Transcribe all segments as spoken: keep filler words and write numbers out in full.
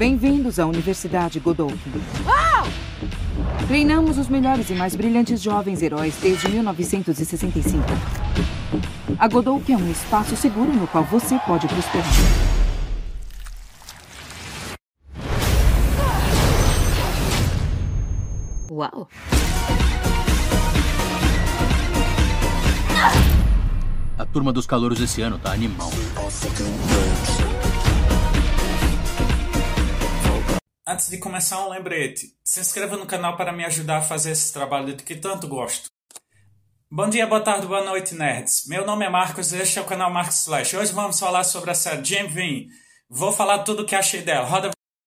Bem-vindos à Universidade Godolphin. Treinamos os melhores e mais brilhantes jovens heróis desde mil novecentos e sessenta e cinco. A Godolphin é um espaço seguro no qual você pode prosperar. Uau! A turma dos calouros esse ano tá animal. Antes de começar, um lembrete. Se inscreva no canal para me ajudar a fazer esse trabalho de que tanto gosto. Bom dia, boa tarde, boa noite, nerds. Meu nome é Marcos e este é o canal Marcos Slash. Hoje vamos falar sobre a série Gen V. Vou falar tudo o que achei dela. Roda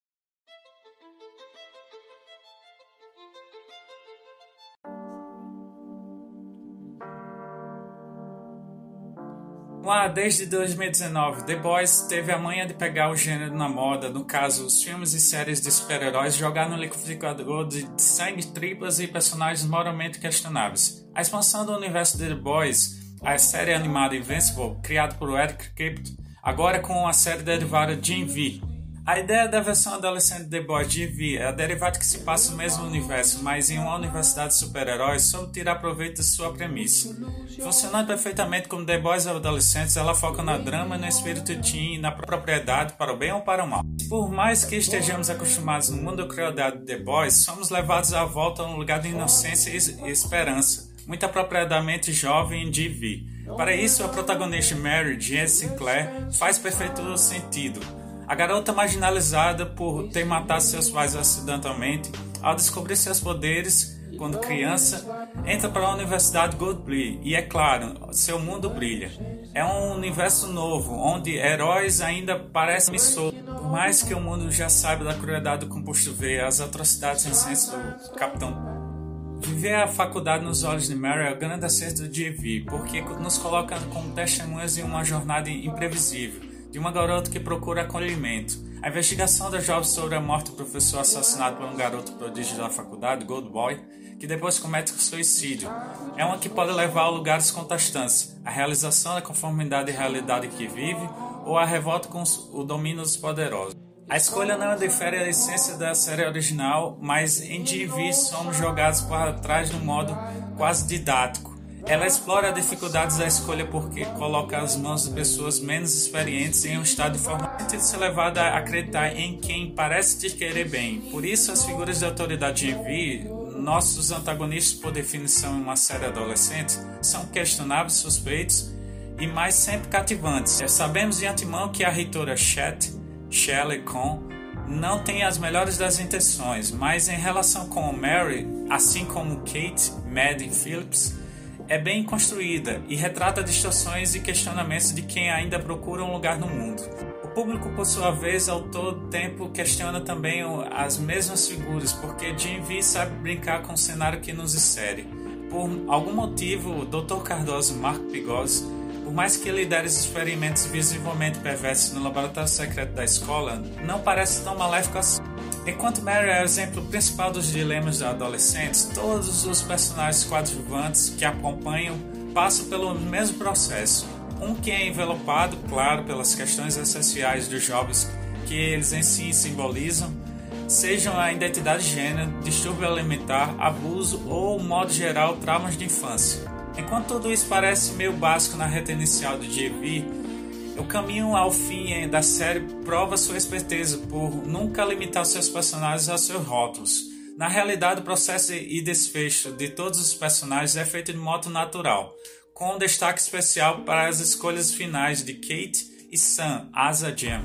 Lá, desde dois mil e dezenove, The Boys teve a manha de pegar o gênero na moda, no caso, os filmes e séries de super-heróis, jogar no liquidificador de sangue, tripas e personagens moralmente questionáveis. A expansão do universo de The Boys, a série animada Invincible, criada por Eric Kripke, agora com a série derivada Gen V. A ideia da versão adolescente de The Boys Gen V é a derivada que se passa no mesmo universo, mas em uma universidade de super-heróis, soube tirar proveito de sua premissa. Funcionando perfeitamente como The Boys adolescentes, ela foca no drama, no espírito teen e na propriedade para o bem ou para o mal. Por mais que estejamos acostumados no mundo da crueldade de The Boys, somos levados à volta a um lugar de inocência e esperança, muito apropriadamente jovem em Gen V. Para isso, a protagonista Mary Jane Sinclair faz perfeito sentido. A garota marginalizada por ter matado seus pais acidentalmente, ao descobrir seus poderes quando criança, entra para a Universidade Godolphin e, é claro, seu mundo brilha. É um universo novo, onde heróis ainda parecem soltos, por mais que o mundo já saiba da crueldade do composto V, as atrocidades recentes do Capitão. Viver a faculdade nos olhos de Mary é o grande acerto de Gen V, porque nos coloca como testemunhas em uma jornada imprevisível, de uma garota que procura acolhimento. A investigação da jovem sobre a morte do professor assassinado por um garoto prodígio da faculdade, Gold Boy, que depois comete suicídio, é uma que pode levar a lugares contrastantes, a realização da conformidade e realidade que vive, ou a revolta com o domínio dos poderosos. A escolha não difere da essência da série original, mas em Gen V somos jogados para trás de um modo quase didático. Ela explora as dificuldades da escolha porque coloca as mãos de pessoas menos experientes em um estado de forma de ser levada a acreditar em quem parece te querer bem. Por isso, as figuras de autoridade Gen V, nossos antagonistas por definição em uma série adolescente, são questionáveis, suspeitos e mais sempre cativantes. Sabemos de antemão que a reitora Chet, Shelley Cohn, não tem as melhores das intenções, mas em relação com Mary, assim como Kate, Maddie Phillips, é bem construída e retrata distorções e questionamentos de quem ainda procura um lugar no mundo. O público, por sua vez, ao todo tempo questiona também as mesmas figuras, porque Gen V sabe brincar com o cenário que nos insere. Por algum motivo, o doutor Cardoso Marco Pigossi, por mais que lidere experimentos visivelmente perversos no laboratório secreto da escola, não parece tão maléfico assim. Enquanto Mary é o exemplo principal dos dilemas da adolescentes, todos os personagens coadjuvantes que a acompanham passam pelo mesmo processo. Um que é envelopado, claro, pelas questões essenciais dos jovens que eles em si simbolizam, sejam a identidade de gênero, distúrbio alimentar, abuso ou, de modo geral, traumas de infância. Enquanto tudo isso parece meio básico na reta inicial do Gen V, o caminho ao fim da série prova sua esperteza por nunca limitar seus personagens aos seus rótulos. Na realidade, o processo e desfecho de todos os personagens é feito de modo natural, com um destaque especial para as escolhas finais de Kate e Sam, Asa Jam.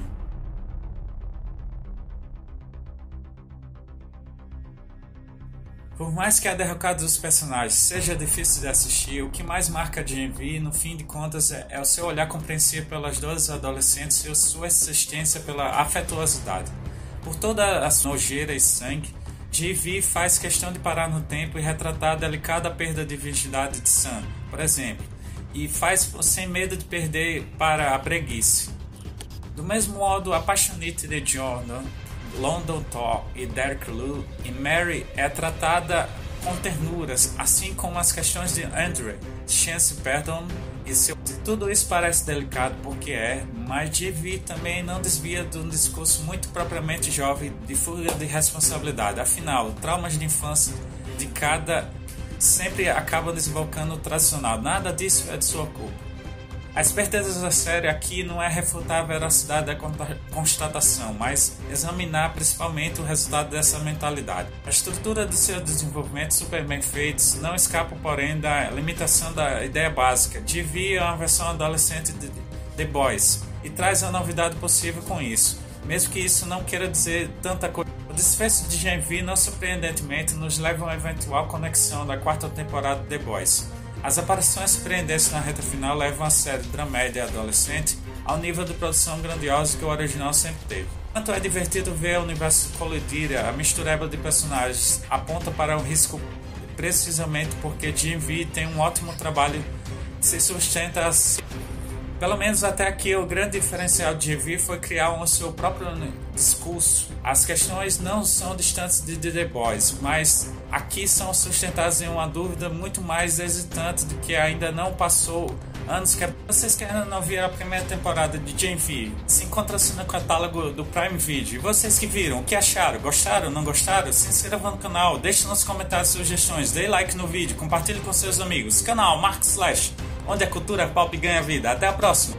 Por mais que a derrocada dos personagens seja difícil de assistir, o que mais marca Gen V, no fim de contas, é, é o seu olhar compreensivo pelas dores adolescentes e a sua insistência pela afetuosidade. Por toda a nojeira e sangue, Gen V faz questão de parar no tempo e retratar a delicada perda de virgindade de Sam, por exemplo, e faz sem medo de perder para a preguiça. Do mesmo modo, a paixonite de Jordan, London Thor e Derek Lou e Mary é tratada com ternuras, assim como as questões de Andre, Chance Perdon e seu... Tudo isso parece delicado porque é, mas G V também não desvia de um discurso muito propriamente jovem de fuga de responsabilidade. Afinal, traumas de infância de cada sempre acabam desembocando no tradicional. Nada disso é de sua culpa. A esperteza da série aqui não é refutar a veracidade da constatação, mas examinar principalmente o resultado dessa mentalidade. A estrutura do seu desenvolvimento super bem feito não escapa, porém, da limitação da ideia básica. G V é uma versão adolescente de The Boys e traz a novidade possível com isso, mesmo que isso não queira dizer tanta coisa. O desfecho de Gen V, não surpreendentemente, nos leva a uma eventual conexão da quarta temporada de The Boys. As aparições surpreendentes na reta final levam a série dramédia adolescente ao nível de produção grandiosa que o original sempre teve. Quanto é divertido ver o universo colidir, a mistureba de personagens aponta para o risco precisamente porque Gen V tem um ótimo trabalho que se sustenta assim. Pelo menos até aqui, o grande diferencial de Gen V foi criar um seu próprio discurso. As questões não são distantes de The Boys, mas aqui são sustentadas em uma dúvida muito mais hesitante do que ainda não passou anos que vocês querem não ver a primeira temporada de Gen V. Se encontra-se no catálogo do Prime Video. E vocês que viram, o que acharam? Gostaram? Não gostaram? Se inscrevam no canal, deixem nos comentários sugestões, dê like no vídeo, compartilhe com seus amigos. Canal Mark Slash, onde a cultura pop ganha vida. Até a próxima!